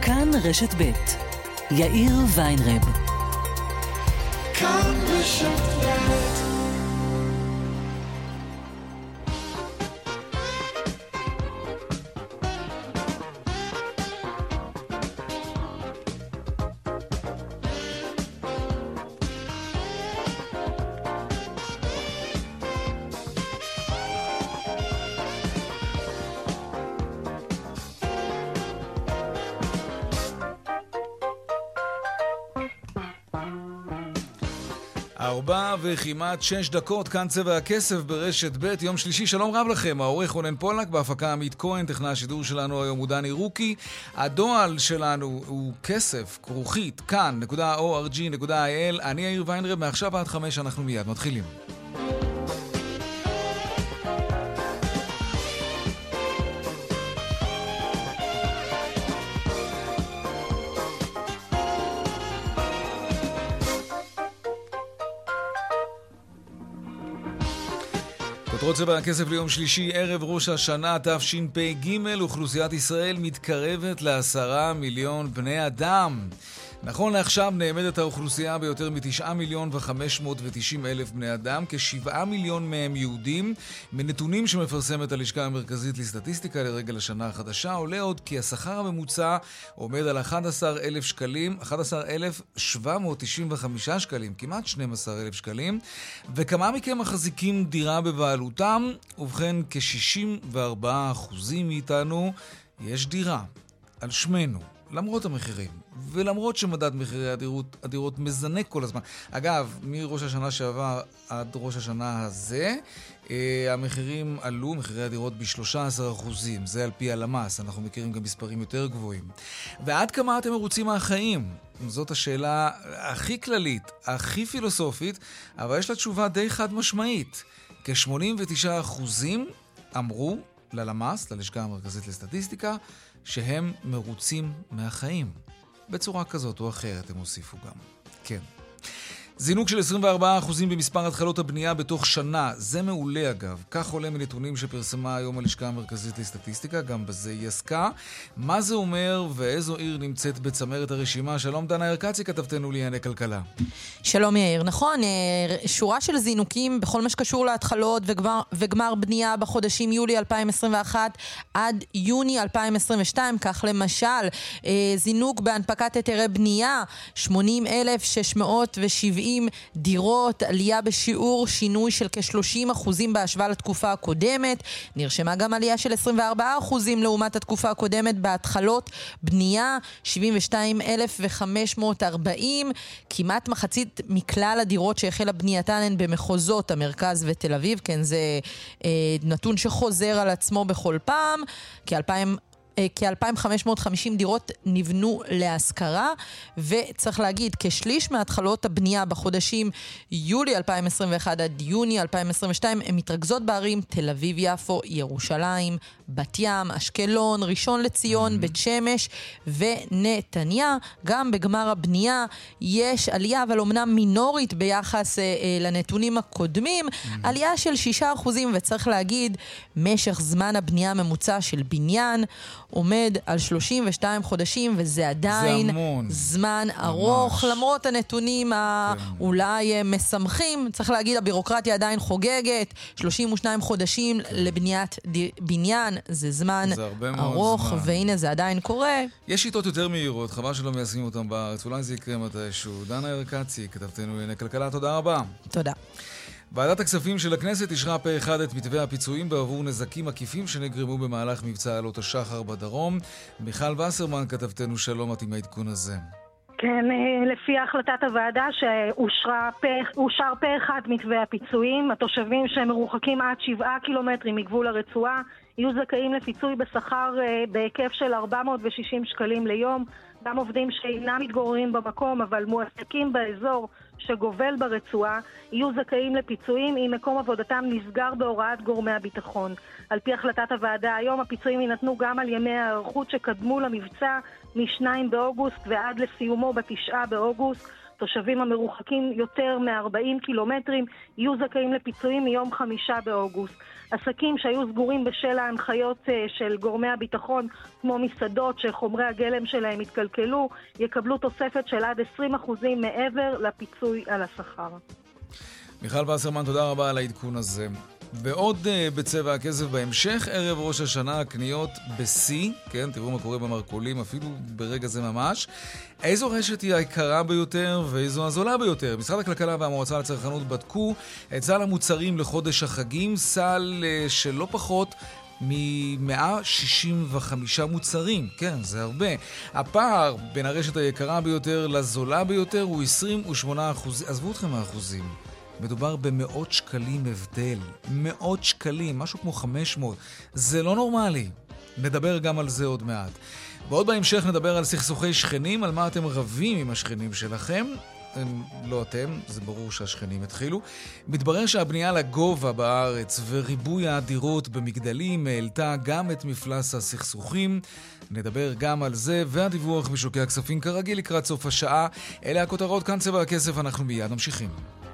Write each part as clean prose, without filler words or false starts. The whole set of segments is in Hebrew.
כאן רשת ב' יאיר ויינרב. כאן רשת ב'. ארבע וכמעט 6 דקות, כאן צבע הכסף ברשת ב', יום שלישי, שלום רב לכם, העורך רונן פולק, בהפקה עמית כהן, טכנאי השידור שלנו היום הוא דני רוקי, הדואל שלנו הוא כסף, כרוכית, כאן.org.il, אני יאיר ויינרב, מעכשיו עד 5 אנחנו מיד מתחילים. כותרות צבע הכסף ליום שלישי, ערב ראש השנה תשפ"ג, אוכלוסיית ישראל מתקרבת ל10 מיליון בני אדם. נכון לעכשיו נאמדת האוכלוסייה ביותר מ9,590,000 בני אדם, כ7 מיליון מהם יהודים. מנתונים שמפרסמת הלשכה המרכזית לסטטיסטיקה לרגל השנה החדשה, עולה עוד כי השכר הממוצע עומד על 11,795 שקלים, כמעט 12,000 שקלים. וכמה מכם מחזיקים דירה בבעלותם? ובכן, כ-64% מאיתנו יש דירה על שמנו. למרות המחירים, ולמרות שמדד מחירי הדירות מזנק כל הזמן. אגב, מראש השנה שעבר עד ראש השנה הזה, המחירים עלו, מחירי הדירות ב13%. זה על פי הלמ"ס, אנחנו מכירים גם מספרים יותר גבוהים. ועד כמה אתם מרוצים מהחיים? זאת השאלה הכי כללית, הכי פילוסופית, אבל יש לה תשובה די חד משמעית. כ-89% אמרו ללמ"ס, ללשכה המרכזית לסטטיסטיקה, שהם מרוצים מהחיים. בצורה כזאת או אחרת הם הוסיפו גם. כן. זינוק של 24% במספר התחלות הבנייה בתוך שנה. זה מעולה אגב. כך עולה מנתונים שפרסמה היום הלשכה המרכזית לסטטיסטיקה, גם בזה היא עסקה. מה זה אומר ואיזו עיר נמצאת בצמרת הרשימה? שלום דנה ארקצי, כתבתנו לענייני כלכלה. שלום יאיר. נכון, שורה של זינוקים בכל מה שקשור להתחלות וגמר בנייה בחודשים יולי 2021 עד יוני 2022. כך למשל, זינוק בהנפקת היתרי בנייה, 80,670 דירות, עלייה בשיעור שינוי של כ-30% בהשוואה לתקופה הקודמת. נרשמה גם עלייה של 24% לעומת התקופה הקודמת בהתחלות בנייה, 72,540. כמעט מחצית מכלל הדירות שהחלה בנייתן הן במחוזות המרכז ותל אביב. כן, זה נתון שחוזר על עצמו בכל פעם. כ-2,550 דירות נבנו להשכרה, וצריך להגיד, כשליש מהתחלות הבנייה בחודשים יולי 2021 עד יוני 2022, הן מתרכזות בערים תל אביב, יפו, ירושלים, בת ים, אשקלון, ראשון לציון, בית שמש ונתניה. גם בגמר הבנייה יש עלייה, אבל אומנם מינורית ביחס לנתונים הקודמים, עלייה של 6%, וצריך להגיד, משך זמן הבנייה הממוצע של בניין עומד על 32 חודשים, וזה עדיין זמן ארוך, למרות הנתונים אולי משמחים. צריך להגיד, הבירוקרטיה עדיין חוגגת. 32 חודשים לבניית בניין, זה זמן ארוך, והנה זה עדיין קורה. יש שיטות יותר מהירות, חבל שלא מיישמים אותם בארץ, אולי זה יקרה מתישהו. דנה ארקצי, כתבתנו לענייני כלכלה, תודה רבה. תודה. ועדת הכספים של הכנסת אישרה פה אחד את מתווה הפיצויים בעבור נזקים עקיפים שנגרמו במהלך מבצע עלות השחר בדרום. מיכל וסרמן, כתבתנו, שלום, את עם העדכון הזה. כן, לפי החלטת הוועדה שאושר פה אחד מתווה הפיצויים, התושבים שהם מרוחקים עד 7 קילומטרים מגבול הרצועה יהיו זכאים לפיצוי בשכר בהיקף של 460 שקלים ליום. גם עובדים שאינם מתגוררים במקום אבל מועסקים באזור שגובל ברצועה יהיו זכאים לפיצויים אם מקום עבודתם נסגר בהוראת גורמי הביטחון. על פי החלטת הוועדה היום הפיצויים יינתנו גם על ימי הערכות שקדמו למבצע מ2 באוגוסט ועד לסיומו ב9 באוגוסט. תושבים המרוחקים יותר מ-40 קילומטרים יהיו זכאים לפיצויים מיום 5 באוגוסט. עסקים שהיו סגורים בשל ההנחיות של גורמי הביטחון, כמו מסעדות שחומרי הגלם שלהם התקלקלו, יקבלו תוספת של עד 20% מעבר לפיצוי על השכר. מיכל וסרמן, תודה רבה על העדכון הזה. ועוד בצבע הכסף בהמשך, ערב ראש השנה, הקניות בסי, כן, תראו מה קורה במרקולים, אפילו ברגע זה ממש. איזו רשת היא היקרה ביותר ואיזו הזולה ביותר? משרד הכלכלה והמועצה לצרכנות בדקו את סל המוצרים לחודש החגים, סל של לא פחות מ-165 מוצרים, כן, זה הרבה. הפער בין הרשת היקרה ביותר לזולה ביותר הוא 28%. עזבו אתכם מהאחוזים. מדובר במאות שקלים הבדל. מאות שקלים, משהו כמו 500. זה לא נורמלי. נדבר גם על זה עוד מעט. ועוד בהמשך נדבר על סכסוכי שכנים, על מה אתם רבים עם השכנים שלכם. לא אתם, זה ברור שהשכנים התחילו. מתברר שהבנייה לגובה בארץ וריבוי הדירות במגדלים העלתה גם את מפלס הסכסוכים. נדבר גם על זה, והדיווח בשוקי הכספים כרגיל לקראת סוף השעה. אלה הכותרות, כאן צבע הכסף, אנחנו מיד ממשיכים.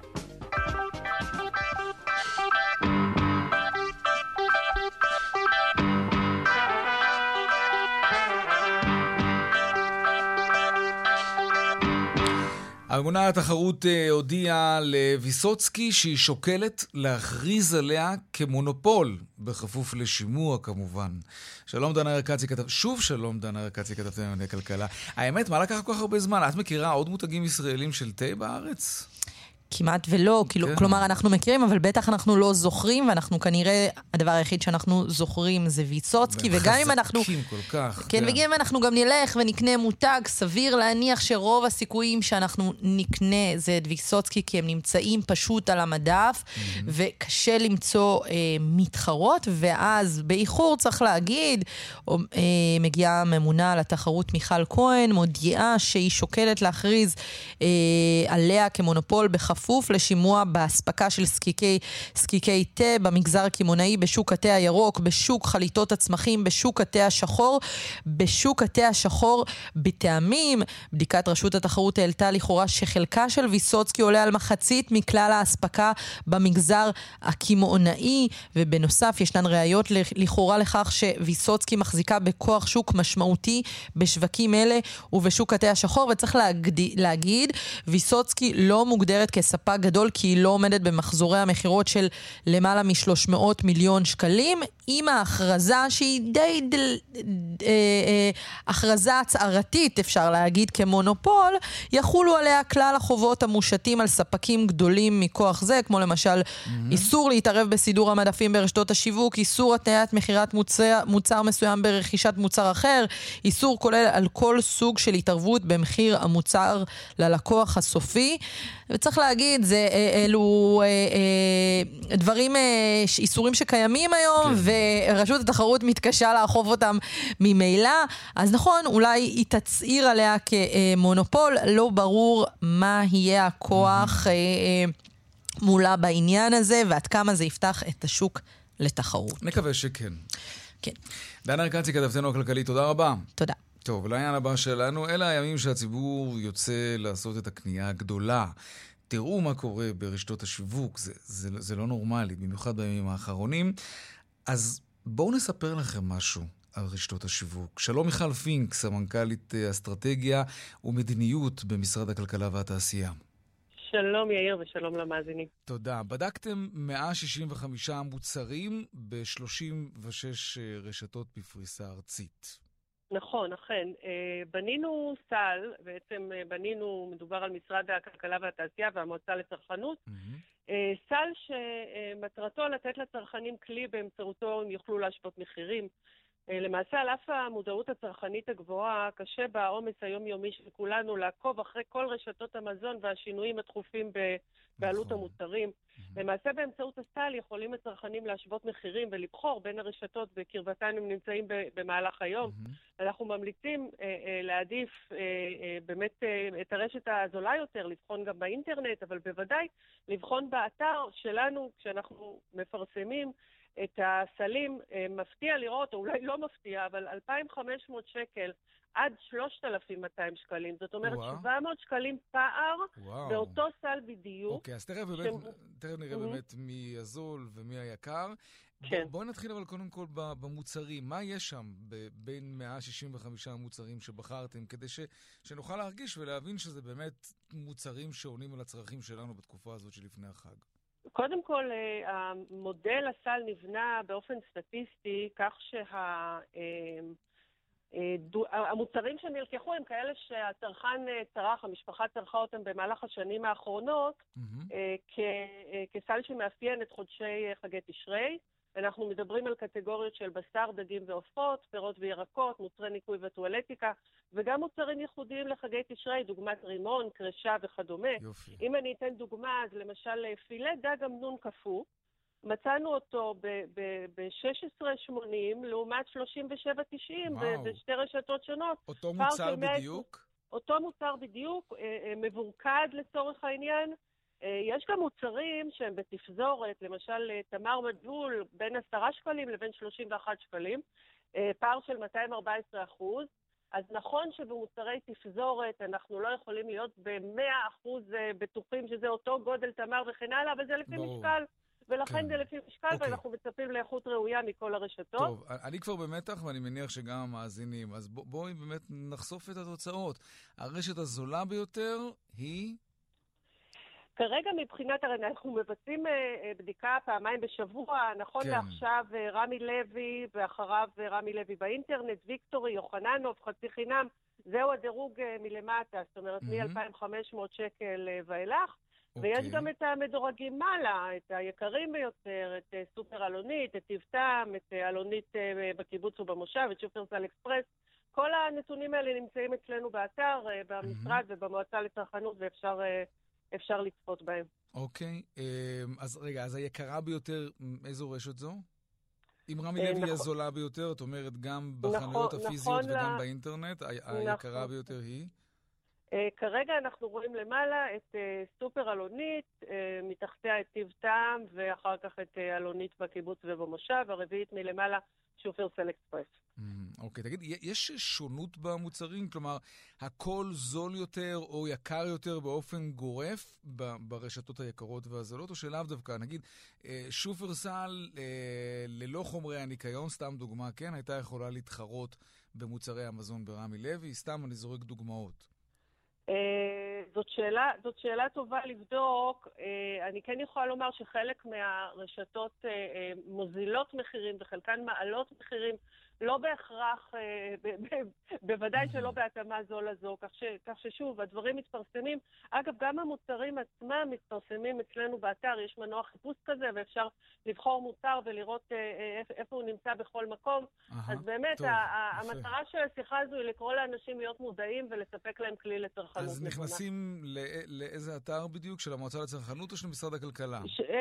הממונה על התחרות הודיעה לויסוצקי שהיא שוקלת להכריז עליה כמונופול, בכפוף לשימוע כמובן. שלום דנה ארקצי, שוב שלום דנה ארקצי, כתבתם לענייני כלכלה. האמת, מה לקח כל כך הרבה זמן? את מכירה עוד מותגים ישראלים של תה בארץ? כמעט ולא, כלומר אנחנו מכירים, אבל בטח אנחנו לא זוכרים, ואנחנו כנראה, הדבר היחיד שאנחנו זוכרים זה ויסוצקי, וגם אם אנחנו... כל כך. כן, וגם אם אנחנו גם נלך ונקנה מותג, סביר להניח שרוב הסיכויים שאנחנו נקנה זה את ויסוצקי, כי הם נמצאים פשוט על המדף, וקשה למצוא מתחרות, ואז באיחור צריך להגיד, מגיעה הממונה על התחרות מיכל כהן, מודיעה שהיא שוקלת להכריז עליה כמונופול בכפוף לשימוע בהספקה של סקיקי תה במגזר הקמעונאי, בשוק התה הירוק, בשוק חליטות הצמחים, בשוק התה השחור, בשוק התה השחור בטעמים. בדיקת רשות התחרות העלתה לכאורה שחלקה של ויסוצקי עולה על מחצית מכלל ההספקה במגזר הקמעונאי, ובנוסף ישנן ראיות לכאורה לכך שוויסוצקי מחזיקה בכוח שוק משמעותי בשווקים אלה ובשוק התה השחור, וצריך להגיד, ויסוצקי לא מוגדרת כספק גדול, כי היא לא עומדת במחזורי המחירות של למעלה מ-300 מיליון שקלים, עם ההכרזה שהיא די הכרזה הצהרתית, אפשר להגיד, כמונופול, יחולו עליה כלל החובות המושתים על ספקים גדולים מכוח זה, כמו למשל איסור להתערב בסידור המדפים ברשתות השיווק, איסור התניית מחירת מוצר מסוים ברכישת מוצר אחר, איסור כולל על כל סוג של התערבות במחיר המוצר ללקוח הסופי. וצריך להגיד, אלו דברים, איסורים שקיימים היום, ורשות התחרות מתקשה לאכוף אותם ממילא. אז נכון, אולי היא תצעיר עליה כמונופול, לא ברור מה יהיה הכוח מולה בעניין הזה, ועד כמה זה יפתח את השוק לתחרות. נקווה שכן. כן. דנה ארקצי, כתבתנו הכלכלית, תודה רבה. תודה. טוב, לעניין הבא שלנו, אלה הימים שהציבור יוצא לעשות את הקנייה הגדולה. תראו מה קורה ברשתות השיווק, זה לא נורמלי, במיוחד בימים האחרונים. אז בואו נספר לכם משהו על רשתות השיווק. שלום מיכל פינק, סמנכ"לית אסטרטגיה ומדיניות במשרד הכלכלה והתעשייה. שלום יאיר ושלום למאזינים. תודה. בדקתם 165 מוצרים ב-36 רשתות בפריסה ארצית. נכון, אכן. בנינו סל, בעצם מדובר על משרד הכלכלה והתעשייה והמועצה לצרכנות, סל שמטרתו לתת לצרכנים כלי באמצעותו הם יוכלו להשוות מחירים. למעשה, על אף המודעות הצרכנית הגבוהה, קשה בעומס היומיומי של כולנו לעקוב אחרי כל רשתות המזון והשינויים התכופים בעלות המוצרים. למעשה, באמצעות הסל יכולים הצרכנים להשוות מחירים ולבחור בין הרשתות בקרבתן הם נמצאים במהלך היום. אנחנו ממליצים להעדיף באמת את הרשת הזולה יותר, לבחון גם באינטרנט, אבל בוודאי לבחון באתר שלנו כשאנחנו מפרסמים את הסלים, מפתיע לראות, או אולי לא מפתיע, אבל 2,500 שקל עד 3,200 שקלים. זאת אומרת, 700 שקלים פער באותו סל בדיוק. אוקיי, אז תכף נראה באמת מי הזול ומי היקר. בואו נתחיל אבל קודם כל במוצרים. מה יש שם בין 165 המוצרים שבחרתם, כדי שנוכל להרגיש ולהבין שזה באמת מוצרים שעונים על הצרכים שלנו בתקופה הזאת שלפני החג? קודם כל, המודל הסל נבנה באופן סטטיסטי, כך המוצרים שנלקחו הם כאלה שהצרכן צרך, המשפחה צרכה אותם במהלך השנים האחרונות, כסל שמאפיין את חודשי חגי תשרי. אנחנו מדברים על קטגוריות של בשר, דגים ועופות, פירות וירקות, מוצרי ניקוי וטואלטיקה, וגם מוצרים ייחודיים לחגי תשרי, דוגמת רימון, קרשה וכדומה. יופי. אם אני אתן דוגמה, אז למשל פילה דג אמנון קפוא, מצאנו אותו ב-16.80 לעומת 37.90 בשתי רשתות שונות. אותו מוצר בדיוק? אותו מוצר בדיוק, מבורקד לצורך העניין. יש גם מוצרים שהם בתפזורת, למשל תמר מדבול בין 10 שקלים לבין 31 שקלים, פער של 214%. אז נכון שבמוצרי תפזורת אנחנו לא יכולים להיות ב-100% בטוחים שזה אותו גודל תמר וכן הלאה, אבל זה לפי משקל. ולכן זה לפי משקל, ואנחנו מצפים לאיכות ראויה מכל הרשתות. טוב, אני כבר במתח, ואני מניח שגם המאזינים, אז בואי באמת נחשוף את התוצאות. הרשת הזולה ביותר היא? כרגע מבחינת, אנחנו מבצעים בדיקה פעמיים בשבוע, נכון לעכשיו רמי לוי, ואחריו רמי לוי באינטרנט, ויקטורי, יוחננוב, חצי חינם, זהו הדירוג מלמטה, זאת אומרת מ-2,500 שקל ואילך. ויש גם את המדורגים מעלה, את היקרים ביותר, את סופר אלונית, את טבטם, את אלונית בקיבוץ ובמושב, את שופרסל אקספרס. כל הנתונים האלה נמצאים אצלנו באתר, במשרד ובמועצה לצרכנות, ואפשר לצפות בהם. אוקיי, אז רגע, אז היקרה ביותר, איזו רשת זו? אם רמי לוי היא הזולה ביותר, את אומרת גם בחנויות הפיזיות וגם באינטרנט, היקרה ביותר היא? כרגע אנחנו רואים למעלה את סופר אלונית, מתחתיה את טבטם, ואחר כך את אלונית בקיבוץ ובמושב, הרביעית מלמעלה שופרסל אקספרס. אוקיי, תגיד, יש שונות במוצרים? כלומר, הכל זול יותר או יקר יותר באופן גורף ברשתות היקרות והזולות, או שלאו דווקא? נגיד, שופרסל ללא חומרי הניקיון, סתם דוגמה, כן, הייתה יכולה להתחרות במוצרי המזון ברמי לוי, סתם אני זורק דוגמאות. זאת שאלה טובה לבדוק. אני כן יכולה לומר שחלק מהרשתות מוזילות מחירים וחלקן מעלות מחירים, לא בהכרח, בוודאי שלא בהתאמה זו לזו, כך ששוב, הדברים מתפרסמים. אגב, גם המוצרים עצמם מתפרסמים אצלנו באתר, יש מנוע חיפוש כזה, ואפשר לבחור מוצר ולראות איפה הוא נמצא בכל מקום. אז באמת, המטרה של השיחה הזו היא לקרוא לאנשים להיות מודעים ולספק להם כלי לצרכנות. אז נכנסים לאיזה אתר בדיוק? של המועצה לצרכנות או של משרד הכלכלה?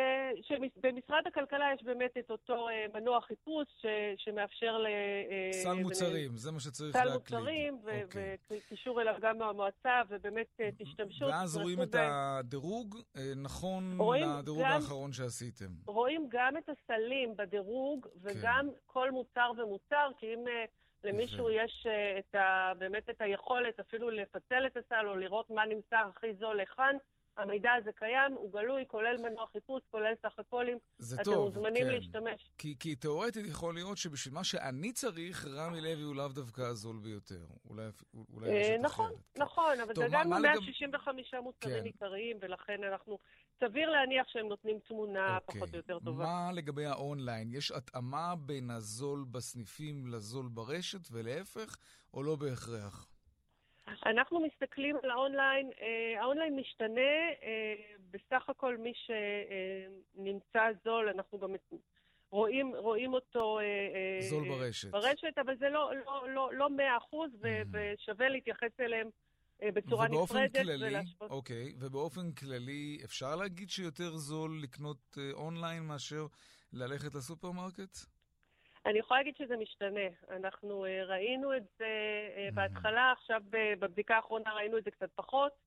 במשרד הכלכלה יש באמת את אותו מנוע חיפוש שמאפשר סל מוצרים, זה מה שצריך להקליד. סל מוצרים, וקישור אליו גם מהמועצה, ובאמת תשתמשו. ואז רואים את הדירוג, נכון לדירוג האחרון שעשיתם. רואים גם את הסלים בדירוג, וגם כל מוצר ומוצר, כי אם למישהו יש באמת את היכולת אפילו לפצל את הסל, או לראות מה נמצא הכי זול לכאן, המידע הזה קיים, הוא גלוי, כולל מנוע חיפוש, כולל סך הקולים. זה טוב, מוזמנים להשתמש. כי תיאורטית יכול להיות שבשביל מה שאני צריך, רמי לוי הוא לאו דווקא הזול ביותר. אולי רשת אחרת. נכון, אבל זה גם 165 מוצרים עיקריים, ולכן אנחנו סביר להניח שהם נותנים תמונה פחות או יותר טובה. מה לגבי האונליין? יש התאמה בין הזול בסניפים לזול ברשת ולהפך, או לא בהכרח? אנחנו מסתכלים על האונליין, האונליין משתנה, בסך הכל מי שנמצא זול, אנחנו גם רואים אותו זול ברשת, אבל זה לא 100%, ושווה להתייחס אליהם בצורה נפרדת. אוקיי, ובאופן כללי אפשר להגיד שיותר זול לקנות אונליין מאשר ללכת לסופרמרקט? אני יכולה להגיד שזה משתנה. אנחנו ראינו את זה בהתחלה, עכשיו בבדיקה האחרונה ראינו את זה קצת פחות.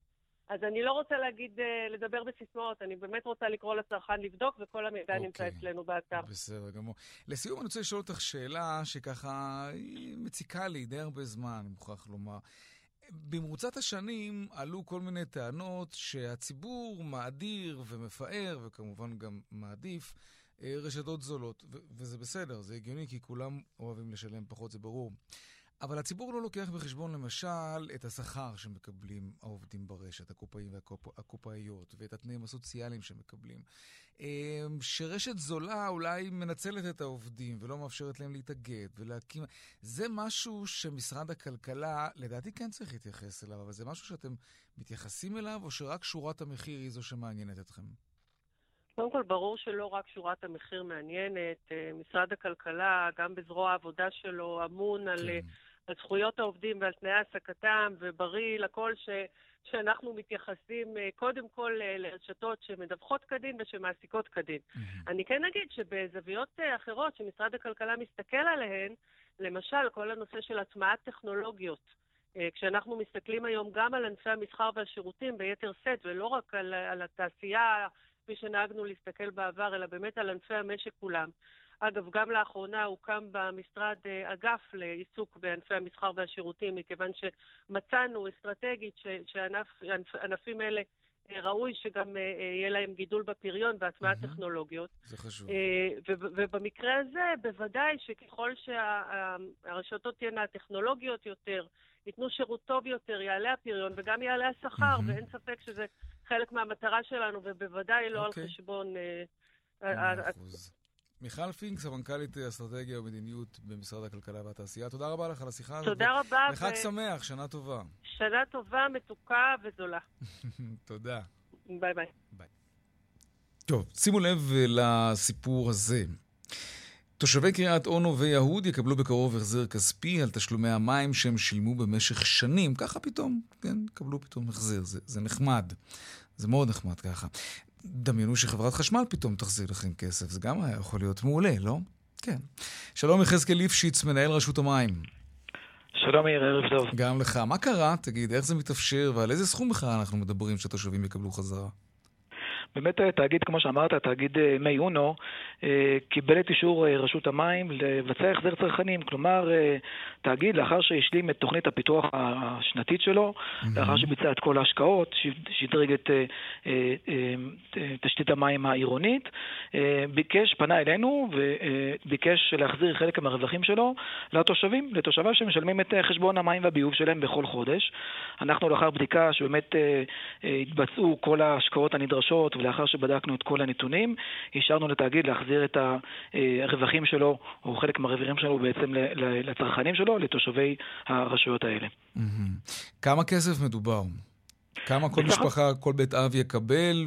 אז אני לא רוצה לדבר בסיסמאות, אני באמת רוצה לקרוא לצרכן לבדוק, וכל המידע נמצא אצלנו באתר. בסדר גמור. לסיום אני רוצה לשאול אותך שאלה שככה היא מציקה לי די הרבה זמן, אני מוכרח לומר. במרוצת השנים עלו כל מיני טענות שהציבור מאדיר ומפאר, וכמובן גם מעדיף, רשתות זולות. וזה בסדר, זה הגיוני, כי כולם אוהבים לשלם פחות, זה ברור. אבל הציבור לא לוקח בחשבון למשל את השכר שמקבלים העובדים ברשת, הקופאים והקופאיות, ואת התנאים הסוציאליים שמקבלים. שרשת זולה אולי מנצלת את העובדים ולא מאפשרת להם להתאגד ולהקים. זה משהו שמשרד הכלכלה לדעתי כן צריך להתייחס אליו, אבל זה משהו שאתם מתייחסים אליו, או שרק שורת המחיר היא זו שמעניינת אתכם? קודם כל, ברור שלא רק שורת המחיר מעניינת. משרד הכלכלה, גם בזרוע העבודה שלו, אמון על זכויות העובדים ועל תנאי העסקתם, ובריא לכל שאנחנו מתייחסים קודם כל לרשתות שמדווחות כדין ושמעסיקות כדין. אני כן אגיד שבזוויות אחרות שמשרד הכלכלה מסתכל עליהן, למשל כל הנושא של הטמעת טכנולוגיות, כשאנחנו מסתכלים היום גם על ענפי המסחר והשירותים ביתר סט, ולא רק על התעשייה כפי שנהגנו להסתכל בעבר, אלא באמת על ענפי המשק כולם. אגב, גם לאחרונה הוקם במשרד אגף לעיסוק בענפי המסחר והשירותים, מכיוון שמצאנו אסטרטגית שענפים אלה ראוי שגם יהיה להם גידול בפריון והטמעת טכנולוגיות. זה חשוב. ובמקרה הזה, בוודאי שככל שהרשתות תהיינה טכנולוגיות יותר, ייתנו שירות טוב יותר, יעלה הפריון וגם יעלה השכר, ואין ספק שזה חלק מהמטרה שלנו, ובוודאי לא על חשבון... מיכל פינק, סמנכ"לית אסטרטגיה ומדיניות במשרד הכלכלה והתעשייה. תודה רבה לך על השיחה הזאת. תודה רבה. וחג שמח, שנה טובה. שנה טובה, מתוקה וזולה. תודה. ביי ביי. ביי. טוב, שימו לב לסיפור הזה. תושבי קריית אונו ויהוד יקבלו בקרוב החזר כספי על תשלומי המים שהם שילמו במשך שנים. ככה פתאום, כן, קבלו פתאום החזר. זה נחמד. זה מאוד נחמד ככה. דמיינו שחברת חשמל פתאום תחזיר לכם כסף. זה גם היה יכול להיות מעולה, לא? כן. שלום יחזקאל ליפשיץ, מנהל רשות המים. שלום מאיר, ערב טוב. גם לך. מה קרה? תגיד, איך זה מתאפשר ועל איזה סחום בכלל אנחנו מדברים שהתושבים יקבלו חזרה? באמת תאגיד, כמו שאמרת, תאגיד מי אונו, קיבל את אישור רשות המים לבצע החזר צרכנים. כלומר, תאגיד, לאחר שהשלים את תוכנית הפיתוח השנתית שלו, לאחר שביצע את כל ההשקעות, שדרג את תשתית המים העירונית, פנה אלינו וביקש להחזיר חלק מהרווחים שלו לתושביו שמשלמים את חשבון המים והביוב שלהם בכל חודש. אנחנו לאחר בדיקה שבאמת התבצעו כל ההשקעות הנדרשות, ולאחר שבדקנו את כל הנתונים, השארנו לתאגיד להחזיר את הרווחים שלו, או חלק מהרווחים שלו בעצם לצרכנים שלו, לתושבי הרשויות האלה. כמה כסף מדובר? כמה כל משפחה, כל בית אב יקבל,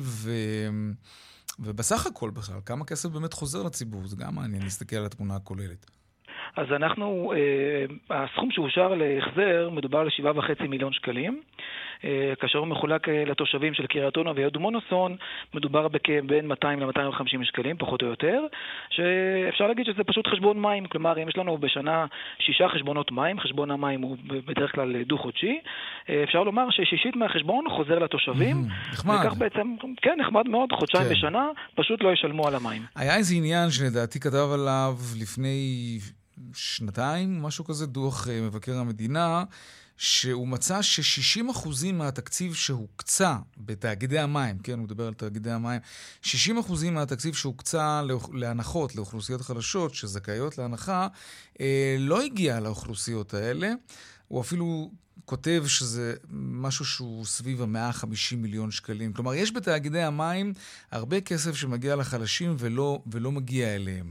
ובסך הכל בכלל, כמה כסף באמת חוזר לציבור? זה גם מעניין להסתכל על התמונה הכוללת. אז אנחנו, הסכום שאושר להחזר מדובר על 7.5 מיליון שקלים, כאשר הוא מחולק לתושבים של קריית אונו ויהוד מונוסון, מדובר בין 200 ל-250 שקלים, פחות או יותר, שאפשר להגיד שזה פשוט חשבון מים, כלומר, אם יש לנו בשנה 6 חשבונות מים, חשבון המים הוא בדרך כלל דו-חודשי, אפשר לומר ששישית מהחשבון חוזר לתושבים, נחמד. וכך בעצם, כן, נחמד מאוד, חודשיים בשנה, פשוט לא ישלמו על המים. היה איזה עניין שלדעתי כתב עליו לפני שנתיים, משהו כזה, דוח מבקר המדינה, שהוא מצא ש60% מהתקציב שהוקצה בתאגידי המים, כן, הוא מדבר על תאגידי המים, 60% מהתקציב שהוקצה להנחות, לאוכלוסיות חלשות שזכאיות להנחה, לא הגיע לאוכלוסיות האלה. הוא אפילו כותב שזה משהו שהוא סביב 150 מיליון שקלים. כלומר, יש בתאגידי המים הרבה כסף שמגיע לחלשים ולא מגיע אליהם.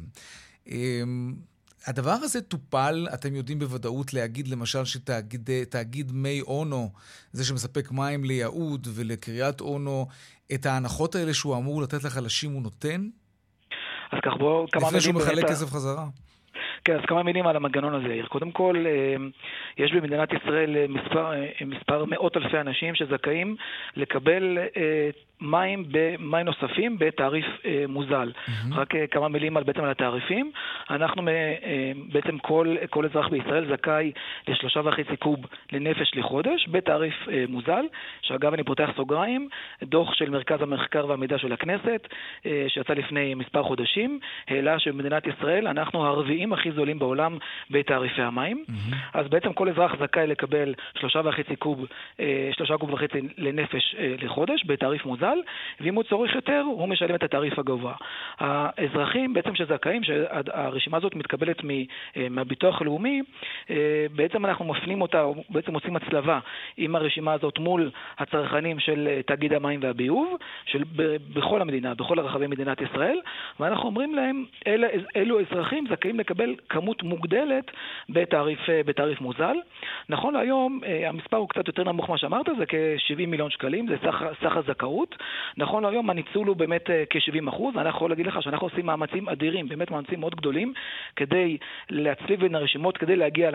הדבר הזה טופל, אתם יודעים בוודאות להגיד למשל שתאגיד מי אונו, זה שמספק מים ליהוד ולקריית אונו, את ההנחות האלה שהוא אמור לתת לחלשים הוא נותן? אז כך בואו כמה לפני שהוא מחלק כסף חזרה. כן, אז כמה מילים על המנגנון הזה. קודם כל, יש במדינת ישראל מספר מאות אלפי אנשים שזכאים לקבל מים נוספים בתעריף מוזל. רק כמה מילים בעצם על התעריפים. אנחנו בעצם כל אזרח בישראל זכאי ל3.5 קוב לנפש לחודש בתעריף מוזל, שאגב אני פותח סוגריים, דוח של מרכז המחקר והמידע של הכנסת, שיצא לפני מספר חודשים, העלה שבמדינת ישראל אנחנו הרביעים הכי זולים בעולם בתעריפי המים. אז בעצם כל אזרח זכאי לקבל 3.5 קוב לנפש לחודש בתעריף מוזל, ואם הוא צורך יותר, הוא משלם את התעריף הגבוה. האזרחים בעצם שזכאים, שהרשימה הזאת מתקבלת מהביטוח הלאומי, בעצם אנחנו מפנים אותה, בעצם עושים הצלבה עם הרשימה הזאת מול הצרכנים של תאגיד המים והביוב, בכל המדינה, בכל הרחבי מדינת ישראל, ואנחנו אומרים להם, אלו אזרחים זכאים לקבל כמות מוגדלת בתעריף מוזל. נכון להיום, המספר הוא קצת יותר נמוך מה שאמרת, זה כ-70 מיליון שקלים, זה סך הזכאות. נכון להיום, הניצול הוא באמת כ-70%, ואנחנו יכולים להגיד לך שאנחנו עושים מאמצים אדירים, באמת מאמצים מאוד גדולים, כדי להצליב בין הרשימות, כדי להגיע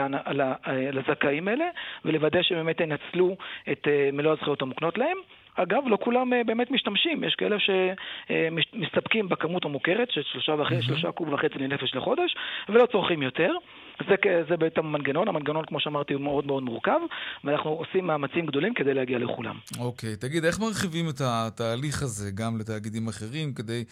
לזכאים האלה, ולוודא שבאמת ינצלו את מלוא הזכויות המוקנות להם. אגב, לא כולם באמת משתמשים. יש כאלה שמסתפקים בכמות המוכרת, של 3.5 קוב לנפש לחודש, ולא צורכים יותר. זה בעצם המנגנון. המנגנון, כמו שאמרתי, הוא מאוד מאוד מורכב, ואנחנו עושים מאמצים גדולים כדי להגיע לכולם. אוקיי, תגיד, איך מרחיבים את התהליך הזה גם לתאגידים אחרים, כדי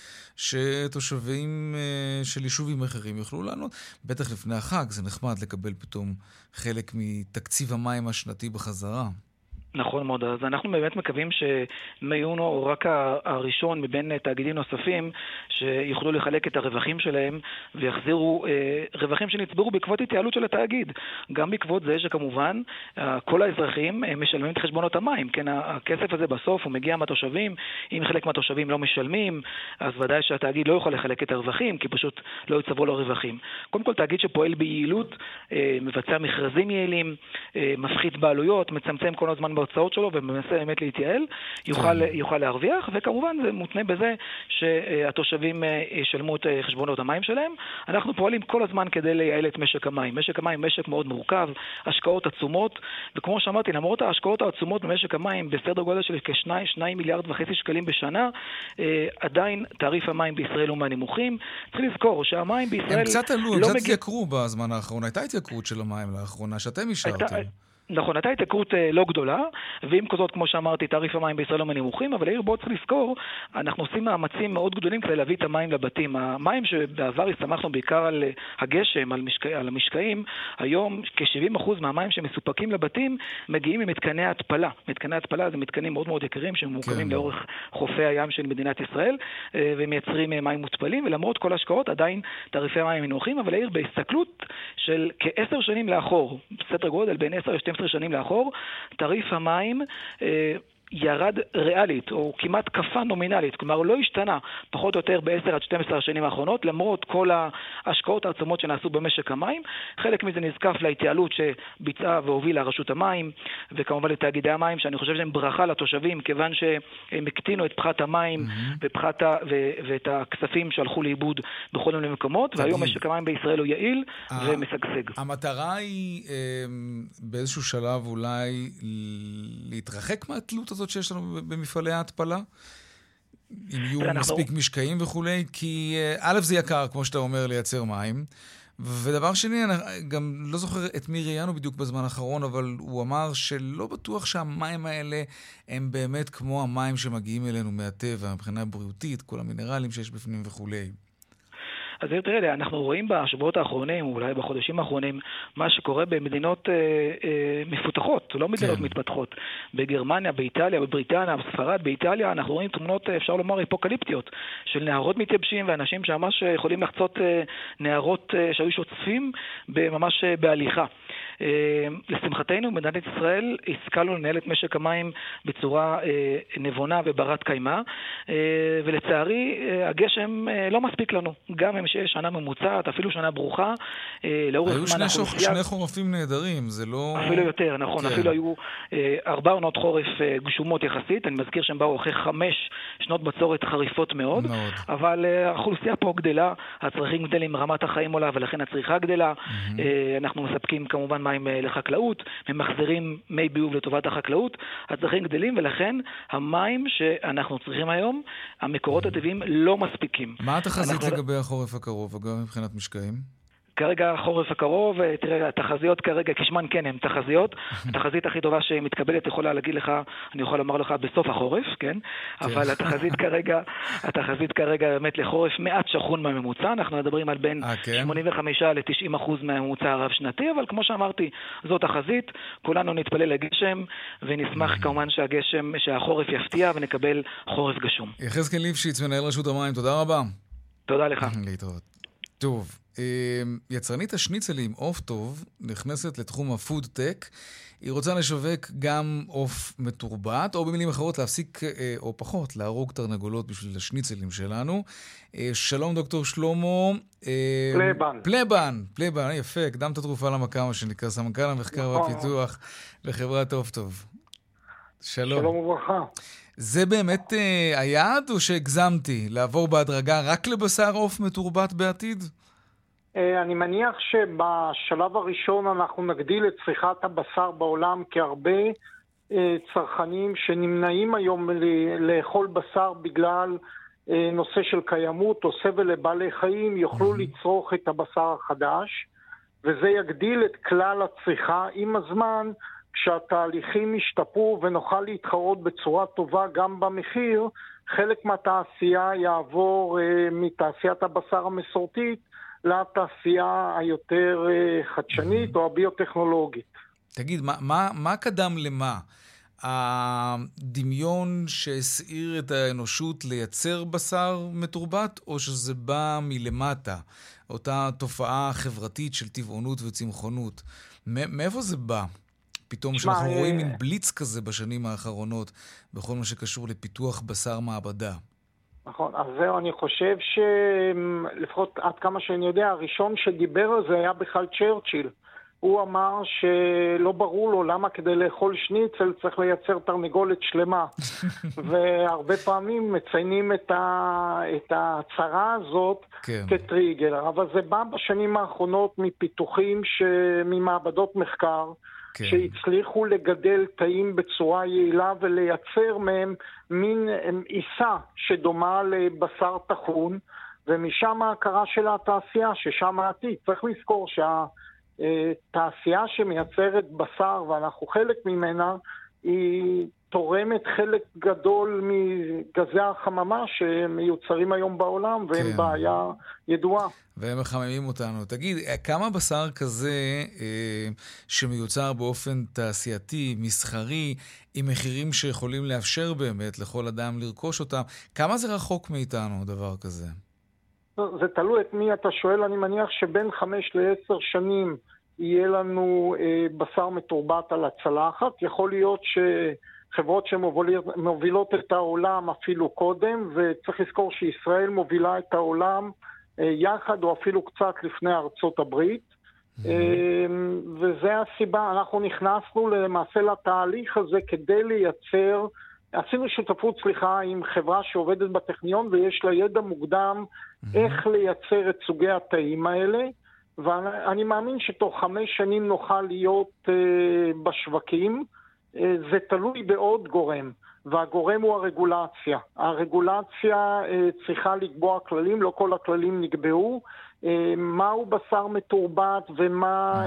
שתושבים של יישובים אחרים יוכלו לענות? בטח לפני החג זה נחמד לקבל פתאום חלק מתקציב המים השנתי בחזרה. נכון מאוד, אז אנחנו באמת מקווים שמיונו הוא רק הראשון מבין תאגידים נוספים שיוכלו לחלק את הרווחים שלהם ויחזירו רווחים שנצברו בעקבות התייעלות של התאגיד. גם בעקבות זה שכמובן כל האזרחים משלמים את חשבונות המים, כן, הכסף הזה בסוף הוא מגיע מהתושבים, אם חלק מהתושבים לא משלמים, אז ודאי שהתאגיד לא יוכל לחלק את הרווחים, כי פשוט לא יצברו לו רווחים. קודם כל תאגיד שפועל ביעילות, מבצע מכרזים יעילים, מפחית בעלויות, מצמצם כל הזמן בהוצאות שלו ומנסה באמת להתייעל, יוכל להרוויח, וכמובן זה מותנה בזה שהתושבים ישלמו את חשבונות המים שלהם. אנחנו פועלים כל הזמן כדי לייעל את משק המים. משק המים משק מאוד מורכב, השקעות עצומות, וכמו שאמרתי, למרות ההשקעות העצומות במשק המים בסדר גודל של כ2.5 מיליארד שקלים בשנה, עדיין תעריף המים בישראל הוא מהנמוכים. צריך לזכור שהמים בישראל הם קצת עלו, הם קצת התייקרו בזמן האחרון. הייתה התייקרות של המים לאחרונה, שאתם אישרתם. נכון, הייתה התייקרות לא גדולה, ועם כזאת, כמו שאמרתי, תעריף המים בישראל לא מנמוכים, אבל העיר בו צריך לזכור, אנחנו עושים מאמצים מאוד גדולים כדי להביא את המים לבתים. המים שבעבר הסתמכנו בעיקר על הגשם, על המשקעים, היום כ-70% מהמים שמסופקים לבתים מגיעים ממתקני ההתפלה. מתקני ההתפלה זה מתקנים מאוד מאוד יקרים שמוקמים לאורך חופי הים של מדינת ישראל, ומייצרים מים מותפלים, ולמרות כל ההשקעות עדיין תעריפי המים מנמוכים, אבל העיר בהסתכלות של כ10 שנים לאחור, בסדר גודל בין 10 ל-12 שנים לאחור, תעריף המים ירד ריאלית, או כמעט קפה נומינלית, כלומר הוא לא השתנה פחות או יותר ב10 עד 12 השנים האחרונות, למרות כל ההשקעות העצומות שנעשו במשק המים. חלק מזה נזקף להתייעלות שביצעה והובילה רשות המים, וכמובן לתאגידי המים, שאני חושב שהם ברכה לתושבים, כיוון שהם הקטינו את פחת המים ואת הכספים שהלכו לאיבוד בכל מיני מקומות, והיום משק המים בישראל הוא יעיל ומשגשג. המטרה היא באיזשהו שלב אולי להתרחק מהתלות הזאת שיש לנו במפעלי ההתפלה? אם יהיו מספיק משקעים וכולי, כי א' זה יקר, כמו שאתה אומר, לייצר מים, ודבר שני, אני גם לא זוכר את מי ראיינו בדיוק בזמן האחרון, אבל הוא אמר שלא בטוח שהמים האלה הם באמת כמו המים שמגיעים אלינו מהטבע, מבחינה בריאותית, כל המינרלים שיש בפנים וכולי. אז תראה, אנחנו רואים בשבועות האחרונים, אולי בחודשים האחרונים, מה שקורה במדינות מפותחות, לא מדינות מתפתחות. בגרמניה, באיטליה, בבריטניה, בספרד, באיטליה, אנחנו רואים תמונות, אפשר לומר, אפוקליפטיות, של נהרות מתייבשים, ואנשים שממש יכולים לחצות נהרות שהיו שוצפים ממש בהליכה. לשמחתנו, במדינת ישראל, השכלנו לנהל את משק המים בצורה נבונה וברת קיימה, ולצערי, הגשם לא מספיק לנו. גם שיש שנה ממוצעת, אפילו שנה ברוכה, לאורך זמן היו שני חורפים נהדרים, זה לא... אפילו יותר, נכון, אפילו היו 4 עונות חורף גשומות יחסית, אני מזכיר שהם באו אחרי 5 שנות בצורת חריפות מאוד, אבל האוכלוסייה פה גדלה, הצרכים גדלים, רמת החיים עולה, ולכן הצריכה גדלה, אנחנו מספקים כמובן מים לחקלאות, ממחזרים מי ביוב לטובת החקלאות, הצרכים גדלים, ולכן המים שאנחנו צריכים היום, המקורות הטבעיים לא מספיקים. מה התחזית לגבי החורף הקרוב, גם מבחינת משקעים? כרגע החורף הקרוב, תראה, התחזיות כרגע, כשמן כן הם תחזיות, התחזית הכי טובה שמתקבלת יכולה להגיד לך, אני יכול לומר לך בסוף החורף, כן? אבל התחזית כרגע באמת לחורף מעט שחון מהממוצע, אנחנו מדברים על בין 85% ל-90% מהממוצע הרב שנתי, אבל כמו שאמרתי, זו תחזית, כולנו נתפלל לגשם, ונשמח כמובן שהחורף יפתיע ונקבל חורף גשום. יחזקאל ליפשיץ, מנהל רשות המים, תודה רבה. תודה לך. להתראות. טוב, יצרנית השניצלים עוף טוב נכנסת לתחום הפוד-טק. היא רוצה לשווק גם עוף מתורבת, או במילים אחרות להפסיק או פחות להרוג תרנגולות בשביל השניצלים שלנו. שלום דוקטור שלמה פלבן, יפה, הקדמת תרופה למכה, מה שנקרא, סמנכ"ל המחקר והפיתוח בחברת עוף טוב. שלום וברכה. זה באמת היעד או שהגזמתי? לעבור בהדרגה רק לבשר עוף מתורבת בעתיד? אני מניח שבשלב הראשון אנחנו נגדיל את צריכת הבשר בעולם, כי הרבה צרכנים שנמנעים היום לאכול בשר בגלל נושא של קיימות או סבל לבעלי חיים יוכלו לצרוך את הבשר החדש, וזה יגדיל את כלל הצריכה עם הזמן. כשהתהליכים ישתפרו ונוכל להתחרות בצורה טובה גם במחיר, חלק מהתעשייה יעבור מתעשיית הבשר המסורתית לתעשייה היותר חדשנית או הביוטכנולוגית. תגיד, מה קדם למה? הדמיון שהסעיר את האנושות לייצר בשר מתורבת, או שזה בא מלמטה? אותה תופעה חברתית של טבעונות וצמחונות. מאיפה זה בא? פתאום שאנחנו רואים מין בליץ כזה בשנים האחרונות, בכל מה שקשור לפיתוח בשר מעבדה. נכון, אז זהו, אני חושב שלפחות עד כמה שאני יודע, הראשון שדיבר על זה היה בכלל צ'רצ'יל. הוא אמר שלא ברור לו למה כדי לאכול שניצל צריך לייצר תרנגולת שלמה. והרבה פעמים מציינים את ההצהרה הזאת כטריגר. אבל זה בא בשנים האחרונות מפיתוחים ממעבדות מחקר, שהצליחו לגדל תאים בצורה יעילה ולייצר מהם מין עיסה שדומה לבשר טחון, ומשם ההכרה של התעשייה, ששם העתיד. צריך לזכור שהתעשייה שמייצרת בשר, ואנחנו חלק ממנה, היא תורמת חלק גדול מגזי החממה שמיוצרים היום בעולם, והם בעיה ידועה. והם מחממים אותנו. תגיד, כמה בשר כזה שמיוצר באופן תעשייתי, מסחרי, עם מחירים שיכולים לאפשר באמת לכל אדם לרכוש אותם, כמה זה רחוק מאיתנו דבר כזה? זה תלוי את מי אתה שואל. אני מניח שבין 5 ל-10 שנים יהיה לנו בשר מתורבת על הצלחת. יכול להיות חברות שמובילות את העולם אפילו קודם, וצריך לזכור שישראל מובילה את העולם יחד או אפילו קצת לפני ארצות הברית, וזה הסיבה. אנחנו נכנסנו למעשה לתהליך הזה כדי לייצר, עשינו שותפות עם חברה שעובדת בטכניון ויש לה ידע מוקדם איך לייצר את סוגי התאים האלה, ואני מאמין שתוך 5 שנים נוכל להיות בשווקים. זה תלוי בעוד גורם, והגורם הוא הרגולציה. הרגולציה צריכה לקבוע כללים, לא כל הכללים נקבעו, מהו בשר מתורבת ומה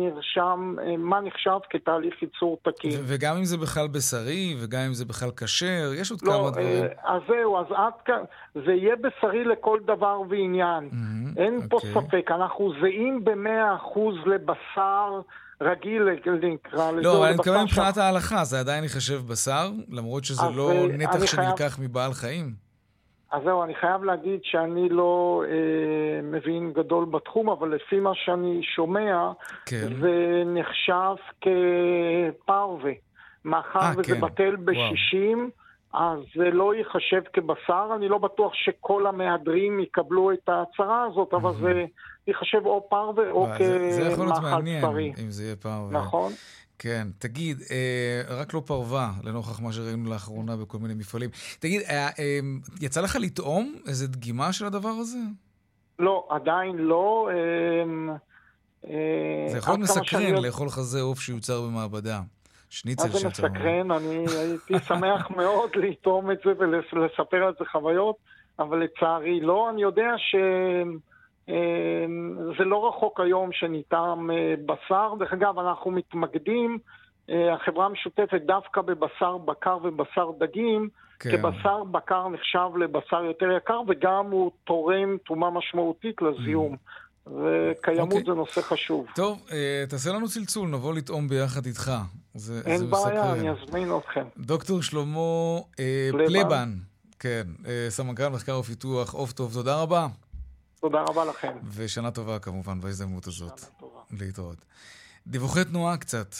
מה נחשב כתהליך ייצור תקין. וגם אם זה בכלל בשרי, וגם אם זה בכלל כשר, יש עוד כמה דברים. אז זהו, אז עד כאן, זה יהיה בשרי לכל דבר ועניין. אין פה ספק, אנחנו זהים ב100% לבשר רגיל, נקרא לזה. לא, אבל אני מתכוון מבחינת ההלכה, זה עדיין יחשב בשר, למרות שזה לא נתח שנלקח מבעל חיים. אז זהו, אני חייב להגיד שאני לא מבין גדול בתחום, אבל לפי מה שאני שומע, זה נחשב כפרווה. מאחר וזה בטל ב-60, אז זה לא ייחשב כבשר. אני לא בטוח שכל המהדרים יקבלו את ההצהרה הזאת, אבל זה ייחשב או פרווה או כמאכל בשרי. זה יכול להיות מעניין אם זה יהיה פרווה. נכון. כן, תגיד, רק לא פרווה, לנוכח מה שראינו לאחרונה בכל מיני מפעלים. תגיד, יצא לך לטעום איזה דגימה של הדבר הזה? לא, עדיין לא. זה יכול להיות מסקרן לאכול חזה עוף שיוצר במעבדה. שניצל שיוצר. אז זה מסקרן, אני הייתי שמח מאוד לטעום את זה ולספר על זה חוויות, אבל לצערי לא. אני יודע זה לא רחוק היום שניתן בשר. דרך אגב, אנחנו מתמקדים, החברה המשותפת דווקא בבשר בקר ובשר דגים, כן. כבשר בקר נחשב לבשר יותר יקר, וגם הוא תורם תרומה משמעותית לזיהום. וקיימות זה נושא חשוב. טוב, תעשה לנו צלצול, נבוא לטעום ביחד איתך. אין בעיה, אני אזמין אתכם. דוקטור שלמה פלבן, כן, סמנכ"ל מחקר ופיתוח עוף טוב, תודה רבה. תודה רבה לכם. ושנה טובה כמובן בהזדמנות הזאת. להתראות. דיווחי תנועה קצת.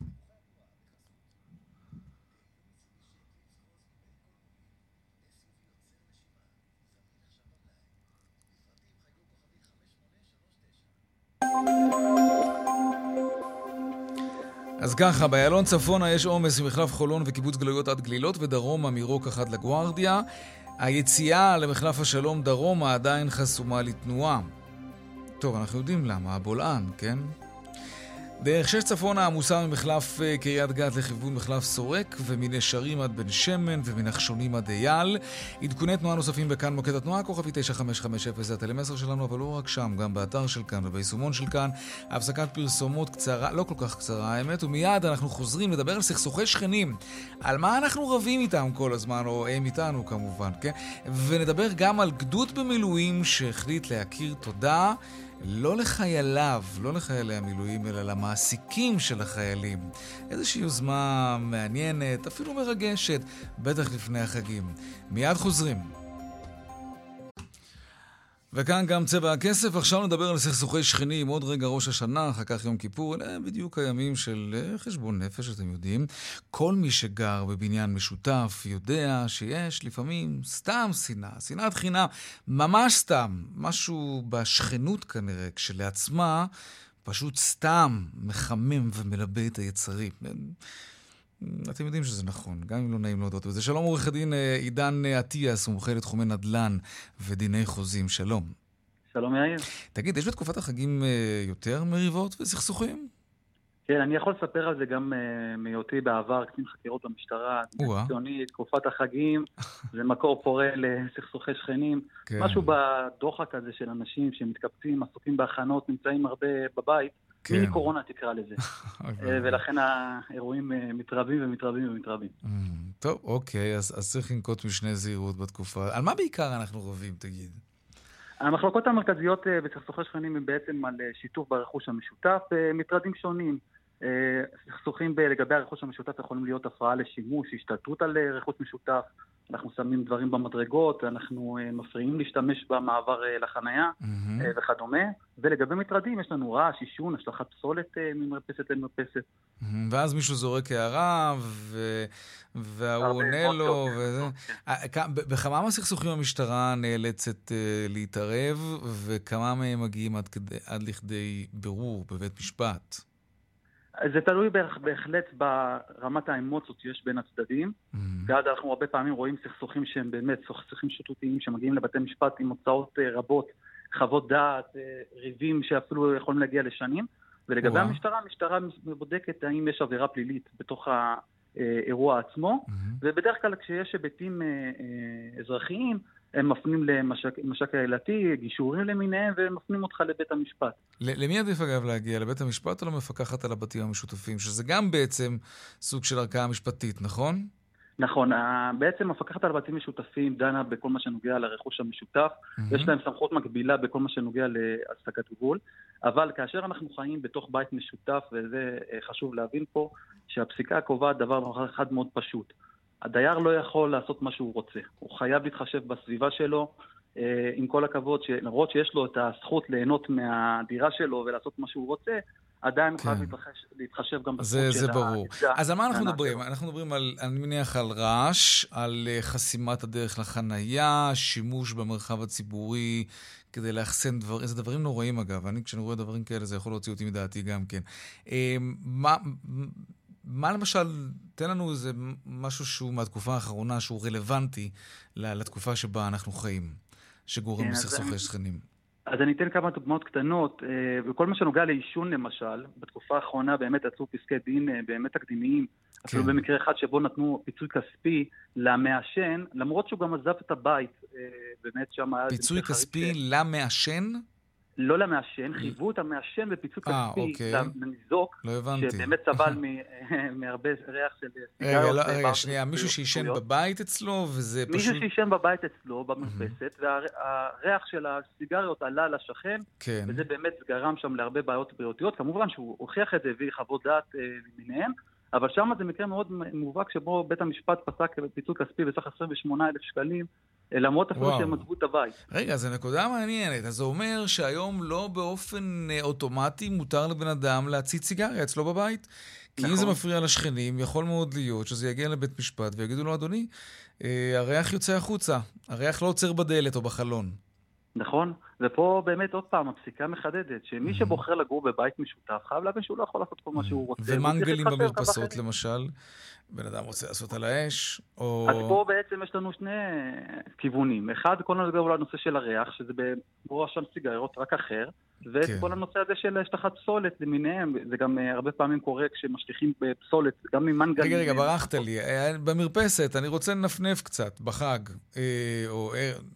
אז ככה, באיילון צפונה יש עומס ממחלף חולון וקיבוץ גלויות עד גלילות, ודרומה מרוקח עד לגוארדיה. היציאה למחלף השלום דרומה עדיין חסומה לתנועה. טוב, אנחנו יודעים למה, הבולען, כן? דרך 6 צפונה עמוסה ממחלף קריית גת לכיוון מחלף סורק, ומנשרים עד בן שמן ומנחשונים עד אייל. עדכוני תנועה נוספים בכאן מוקד התנועה, כוכבי 9550 זה הטלמסר שלנו, אבל לא רק שם, גם באתר של כאן וביישומון של כאן. הפסקת פרסומות קצרה, לא כל כך קצרה האמת, ומיד אנחנו חוזרים לדבר על סכסוכי שכנים, על מה אנחנו רבים איתם כל הזמן, או הם איתנו כמובן, כן? ונדבר גם על גדוד במילואים שהחליט להכיר תודה לא לחייליו, לא לחיילי המילואים, אלא למעסיקים של החיילים. איזושהי יוזמה מעניינת, אפילו מרגשת, בטח לפני החגים. מיד חוזרים. וכאן גם צבע הכסף. עכשיו נדבר על סכסוכי שכנים. עוד רגע ראש השנה, אחר כך יום כיפור. אלה בדיוק הימים של חשבון נפש, אתם יודעים. כל מי שגר בבניין משותף יודע שיש לפעמים סתם שנאה, שנאת חינם, ממש סתם. משהו בשכנות כנראה, כשלעצמה פשוט סתם מחמם ומלבה את היצרים. אתם יודעים שזה נכון, גם אם לא נעים להודות בזה. שלום עורך הדין עידן עטיאס, מומחה לתחומי נדל"ן ודיני חוזים. שלום. שלום יאיר. תגיד, יש בתקופת החגים יותר מריבות וסכסוכים? כן, אני יכול לספר על זה גם מהיותי בעבר, קצין חקירות במשטרה, ציוני, תקופת החגים, זה מקור פורה לסכסוכי שכנים. כן. משהו בדוחק הזה של אנשים שמתקפצים, עסוקים בהכנות, נמצאים הרבה בבית, כן. מיני קורונה תקרא לזה. ולכן האירועים מתרבים ומתרבים ומתרבים. טוב, אוקיי, אז צריך לנקוט משנה זהירות בתקופה. על מה בעיקר אנחנו רבים, תגיד? המחלוקות המרכזיות בסכסוכי שכנים הם בעצם על שיתוף ברכוש המשותף, מטרדים שונים. סכסוכים לגבי הרכוש המשותף יכולים להיות הפרעה לשימוש, השתלטות על רכוש משותף, אנחנו שמים דברים במדרגות, אנחנו מפריעים להשתמש במעבר לחנייה וכדומה. ולגבי מטרדים יש לנו רעש, עישון, השלכת פסולת ממרפסת למרפסת. ואז מישהו זורק הערה והוא עונה לו. בכמה מהסכסוכים המשטרה נאלצת להתערב, וכמה מהם מגיעים עד לכדי בירור בבית משפט? זה תלוי בהחלט ברמת האמוציות שיש בין הצדדים, ועד אנחנו הרבה פעמים רואים סכסוכים שהם באמת סכסוכים שיפוטיים שמגיעים לבתי משפט עם הוצאות רבות, חוות דעת, ריבים שאפילו יכולים להגיע לשנים, ולגבי המשטרה בודקת האם יש עבירה פלילית בתוך האירוע עצמו, ובדרך כלל כשיש היבטים אזרחיים, הם מפנים למשק העילתי, גישורים למיניהם, והם מפנים אותך לבית המשפט. למי עדיף אגב להגיע? לבית המשפט או למפקחת על הבתים המשותפים? שזה גם בעצם סוג של ערכאה משפטית, נכון? נכון. בעצם מפקחת על הבתים משותפים דנה בכל מה שנוגע לרכוש המשותף. יש להם סמכות מקבילה בכל מה שנוגע להשגת גבול. אבל כאשר אנחנו חיים בתוך בית משותף, וזה חשוב להבין פה, שהפסיקה קובעת דבר אחד מאוד פשוט. הדייר לא יכול לעשות מה שהוא רוצה. הוא חייב להתחשב בסביבה שלו, עם כל הכבוד, למרות שיש לו את הזכות ליהנות מהדירה שלו ולעשות מה שהוא רוצה, עדיין חייב להתחשב גם בזכות של זה ברור. אז על מה אנחנו מדברים? אנחנו מדברים על, אני מניח, על רעש, על חסימת הדרך לחנייה, שימוש במרחב הציבורי כדי לאחסן דברים, איזה דברים נוראים אגב, כשאני רואה דברים כאלה זה יכול להוציא אותי מדעתי גם כן. מה למשל, תן לנו איזה משהו שהוא מהתקופה האחרונה, שהוא רלוונטי לתקופה שבה אנחנו חיים, שגורם בסכסוכי שכנים. אז אני אתן כמה דוגמאות קטנות, וכל מה שנוגע לעישון למשל, בתקופה האחרונה באמת יצאו פסקי דין באמת תקדימיים, אפילו במקרה אחד שבו נתנו פיצוי כספי למעשן, למרות שהוא גם עזב את הבית, באמת שם היה... פיצוי כספי למעשן? לא למעשן, חייבו את המעשן בפיצוי כספי לניזוק, שבאמת סבל מהרבה ריח של סיגריות. רגע, שנייה, מישהו שישן בבית אצלו, וזה פשוט... מישהו שישן בבית אצלו, במרפסת, והריח של הסיגריות עלה לשכן, וזה באמת גרם שם להרבה בעיות בריאותיות. כמובן שהוא הוכיח את זה, הביא חוות דעת למיניהם, אבל שם זה מקרה מאוד מובהק, שבו בית המשפט פסק פיצוי כספי בסך 28,000 שקלים, למרות אפילו שהם עזבו את הבית. רגע, זו נקודה מעניינת. אז זה אומר שהיום לא באופן אוטומטי מותר לבן אדם להציץ סיגריה אצלו בבית? כי אם זה מפריע לשכנים, יכול מאוד להיות שזה יגיע לבית משפט ויגידו לו, אדוני, הריח יוצא החוצה. הריח לא עוצר בדלת או בחלון. נכון, ופה באמת עוד פעם הפסיקה מחדדת, שמי שבוחר לגור בבית משותף, חייב להבין שהוא לא יכול לעשות כל מה שהוא רוצה. ומנגלים במרפסות למשל, בן אדם רוצה לעשות על האש, או... אז פה בעצם יש לנו שני כיוונים. אחד, כל הנושא של הריח, שזה בו שם סיגריות רק אחר, וכל הנושא הזה של השטחת פסולת למיניהם, זה גם הרבה פעמים קורה כשמשליכים בפסולת, גם ממנגלים. רגע, ברחת לי. במרפסת, אני רוצה לנפנף קצת, בחג, או...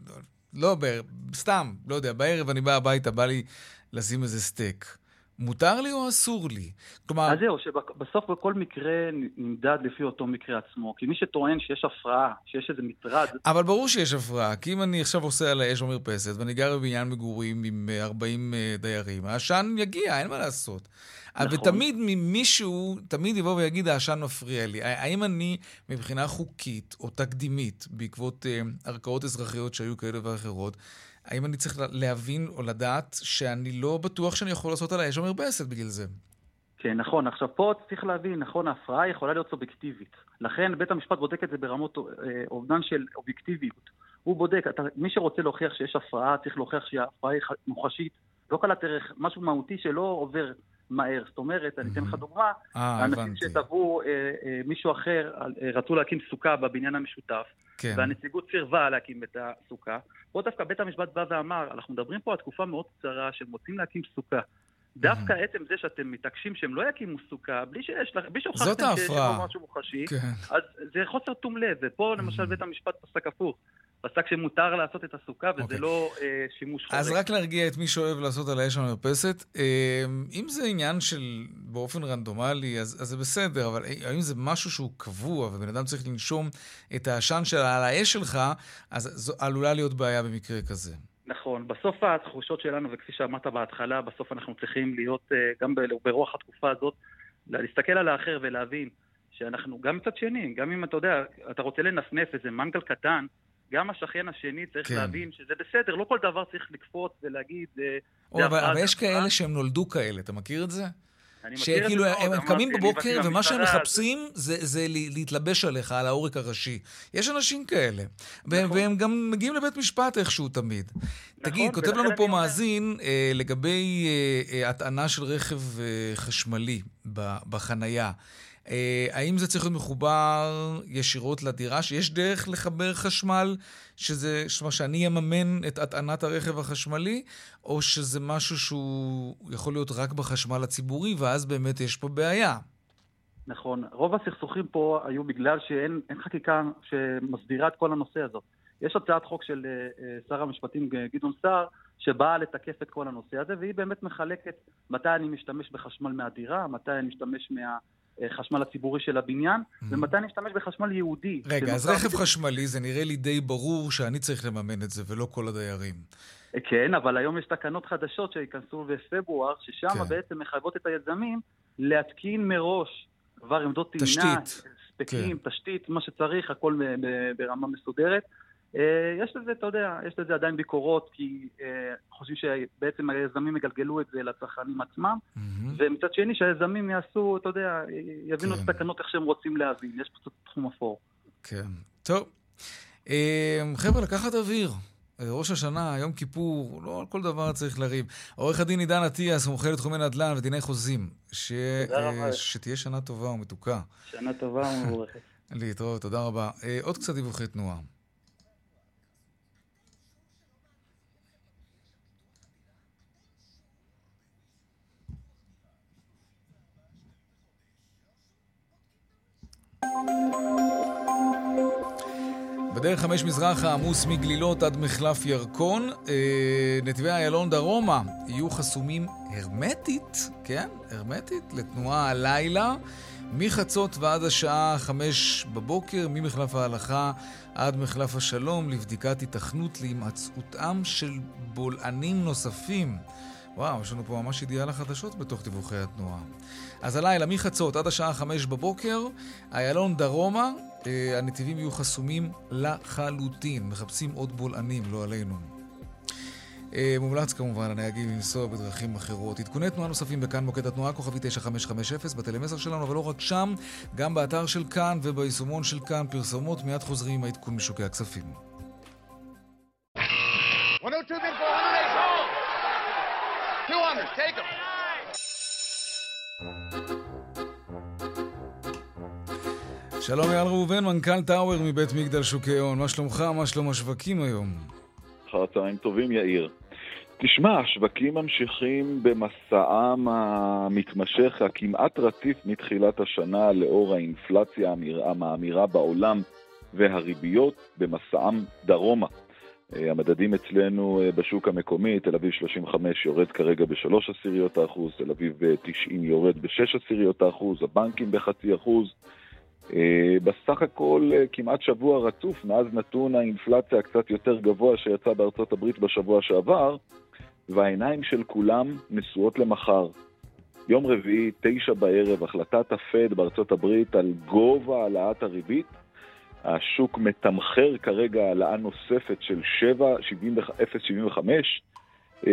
לא, סתם, לא יודע, בערב אני בא הביתה, בא לי לשים איזה סטייק. מותר לי או אסור לי? כלומר... אז זהו, שבסוף בכל מקרה נמדד לפי אותו מקרה עצמו, כי מי שטוען שיש הפרעה, שיש איזה מטרד... אבל ברור שיש הפרעה, כי אם אני עכשיו עושה על האש במרפסת, ואני גר בבניין מגורים עם 40 דיירים, העשן יגיע, אין מה לעשות. נכון. ותמיד מישהו, תמיד יבוא ויגיד, העשן מפריע לי. האם אני, מבחינה חוקית או תקדימית, בעקבות ערכאות אזרחיות שהיו כאלה ואחרות, האם אני צריך להבין או לדעת שאני לא בטוח שאני יכול לעשות על האש במרפסת בגיל זה? כן, נכון. עכשיו פה צריך להבין, נכון, ההפרעה יכולה להיות סובייקטיבית. לכן בית המשפט בודק את זה ברמות אובדן של אובייקטיביות. הוא בודק, מי שרוצה להוכיח שיש הפרעה, צריך להוכיח שההפרעה היא מוחשית, לא קלת ערך, משהו מהותי שלא עובר מהר. זאת אומרת, אני אתן לך דוגמה, אנשים שטבעו מישהו אחר, רצו להקים סוכה בבניין המשותף, כן. והנציגות סירבה להקים את הסוכה. פה דווקא בית המשפט בא ואמר, אנחנו מדברים פה על תקופה מאוד קצרה שהם רוצים להקים סוכה. דווקא עצם זה שאתם מתעקשים שהם לא יקימו סוכה, בלי שהוכחתם שיש משהו מוחשי, כן. אז זה חוסר תום לב. ופה למשל בית המשפט פסק הפוך. פסק שמותר לעשות את הסוכה, וזה לא שימוש חורק. אז רק להרגיע את מי שאוהב לעשות על האש המרפסת, אם זה עניין של באופן רנדומלי, אז זה בסדר, אבל אם זה משהו שהוא קבוע, ובן אדם צריך לנשום את העשן של על האש שלך, אז זו עלולה להיות בעיה במקרה כזה. נכון, בסוף התחושות שלנו, וכפי שאמרת בהתחלה, בסוף אנחנו צריכים להיות, גם ברוח התקופה הזאת, להסתכל על האחר ולהבין שאנחנו, גם מצד שני, גם אם אתה יודע, אתה רוצה לנפנף איזה מנגל קטן, גם השכן השני צריך להבין שזה בסדר, לא כל דבר צריך לקפוץ ולהגיד... אבל יש כאלה שהם נולדו כאלה, אתה מכיר את זה? שכאילו הם קמים בבוקר ומה שהם מחפשים זה להתלבש עליך על העורק הראשי. יש אנשים כאלה, והם גם מגיעים לבית משפט איכשהו תמיד. תגיד, כותב לנו פה מאזין לגבי הטענה של רכב חשמלי בחנייה. האם זה צריך להיות מחובר ישירות לדירה? שיש דרך לחבר חשמל, שזה שאני אממן את הטענת הרכב החשמלי, או שזה משהו שהוא יכול להיות רק בחשמל הציבורי, ואז באמת יש פה בעיה? נכון. רוב הסכסוכים פה היו בגלל שאין חקיקה שמסדירה את כל הנושא הזה. יש הצעת חוק של שר המשפטים גדעון סער, שבאה לתקף את כל הנושא הזה, והיא באמת מחלקת מתי אני משתמש בחשמל מהדירה, מתי אני משתמש חשמל הציבורי של הבניין, ומתי נשתמש בחשמל יהודי. רגע, אז רכב חשמלי זה נראה לי די ברור שאני צריך לממן את זה, ולא כל הדיירים. כן, אבל היום יש תקנות חדשות שיכנסו בפברואר, ששם בעצם מחייבות את היזמים להתקין מראש כבר עמדות טעינה, ספקים, תשתית, מה שצריך, הכל ברמה מסודרת. יש לזה, אתה יודע, יש לזה עדיין ביקורות, כי חושבים שבעצם היזמים יגלגלו את זה לצרכנים עצמם, ומצד שני שהיזמים יעשו, אתה יודע, יבינו את התקנות איך שהם רוצים להבין. יש פה תחום אפור. כן. טוב. חבר'ה, לקחת אוויר. ראש השנה, יום כיפור, לא על כל דבר צריך לריב. עורך הדין עידן אטיאס, מומחה לתחומי נדל"ן ודיני חוזים. שתהיה שנה טובה ומתוקה. שנה טובה ומבורכת. להתראות, תודה רבה. עוד קצת דיווחי תנועה. בדרך 5 מזרחה עמוס מגלילות עד מחלף ירקון. נתיבי איילון דרומה יהיו חסומים הרמטית, כן? הרמטית, לתנועה הלילה, מחצות ועד השעה 5 בבוקר, ממחלף ההלכה עד מחלף השלום, לבדיקת התכנות להימצאותם של בולענים נוספים. וואו, יש לנו פה ממש ידיעה לחדשות בתוך דיווחי התנועה. אז הלילה, מחצות עד השעה 5 בבוקר, איילון דרומה, הנתיבים יהיו חסומים לחלוטין. מחפשים עוד בולענים, לא עלינו. מומלץ כמובן לנהגים לנסוע בדרכים אחרות. עדכוני תנועה נוספים בכאן מוקד התנועה, כוכבי 9550, בטלמסר שלנו, אבל לא רק שם, גם באתר של כאן וביישומון של כאן, פרסומות. מיד חוזרים עם העדכון משוקי הכספים. 102 been 400, home. 200, take them. שלום אייל ראובן, מנכ"ל טאוור מבית מגדל שוקי הון. מה שלומך? מה שלום השווקים היום? אחר צהריים טובים, יאיר. תשמע, השווקים ממשיכים במסעם המתמשך, הכמעט רציף מתחילת השנה, לאור האינפלציה המאמירה בעולם והריביות, במסעם דרומה. המדדים אצלנו בשוק המקומי, תל אביב 35 יורד כרגע ב3%, תל אביב 90 יורד ב6%, הבנקים ב0.5%. בסך הכל כמעט שבוע רצוף, מאז נתון האינפלציה קצת יותר גבוה שיצא בארצות הברית בשבוע שעבר, והעיניים של כולם נשואות למחר. יום רביעי, 9 בערב, החלטת הפד בארצות הברית על גובה העלאת הריבית. השוק מתמחר כרגע העלאה נוספת של 0.75%.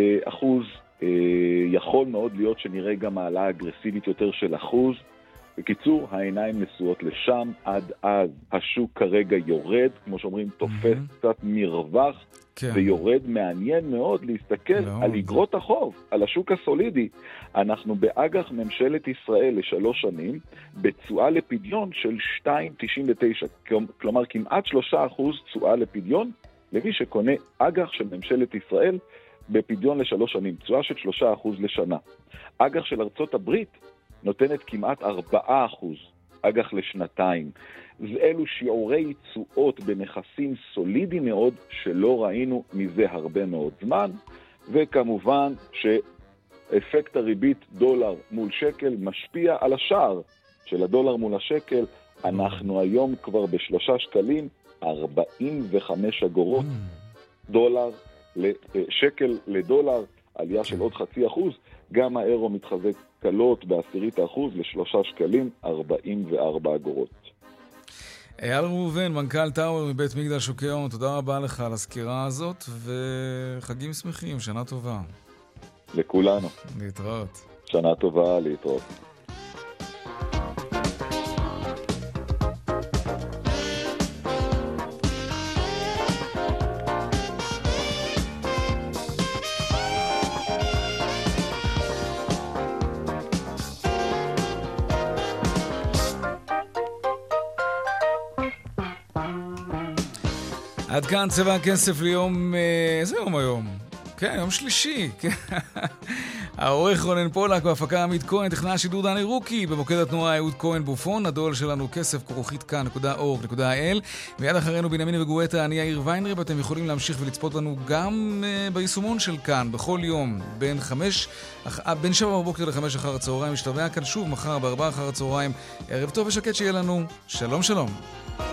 יכול מאוד להיות שנראה גם העלאה אגרסיבית יותר של 1%. בקיצור, העיניים נשואות לשם. עד אז השוק כרגע יורד, כמו שאומרים, תופס קצת מרווח, ויורד. מעניין מאוד להסתכל על אגרות החוב, על השוק הסולידי. אנחנו באג"ח ממשלת ישראל ל3 שנים, בתשואה לפדיון של 2.99, כלומר כמעט 3% תשואה לפדיון, למי שקונה אג"ח של ממשלת ישראל בפדיון ל3 שנים, תשואה של 3% לשנה. אג"ח של ארצות הברית נותנת כמעט 4%, אג"ח לשנתיים. ואלו שיעורי תשואות בנכסים סולידיים מאוד שלא ראינו מזה הרבה מאוד זמן, וכמובן שאפקט הריבית דולר מול שקל משפיע על השער של הדולר מול השקל. אנחנו היום כבר ב3 שקלים 45 אגורות דולר, שקל לדולר, עלייה של עוד 0.5%. גם האירו מתחזק קלות ב0.1% ל3 שקלים 44 אגורות. אייל ראובן, מנכ"ל טאוור מבית מגדל שוקי הון, תודה רבה לך על הסקירה הזאת, וחגים שמחים, שנה טובה. לכולנו. להתראות. שנה טובה, להתראות. עד כאן צבע הכסף ליום... איזה יום היום? כן, יום שלישי. העורך רונן פולק בהפקה עמית כהן, טכנאי השידור דני רוקי, במוקד התנועה אהוד כהן בופון, הדואל שלנו כסף@כאן.org.il. מיד אחרינו בנימין וגואטה, אני יאיר ויינרב. אתם יכולים להמשיך ולצפות לנו גם ביישומון של כאן, בכל יום, בין 7 בבוקר ל5 אחר הצהריים. משתמע כאן שוב מחר ב4 אחר הצהריים. ערב טוב ושקט שיהיה לנו. שלום שלום.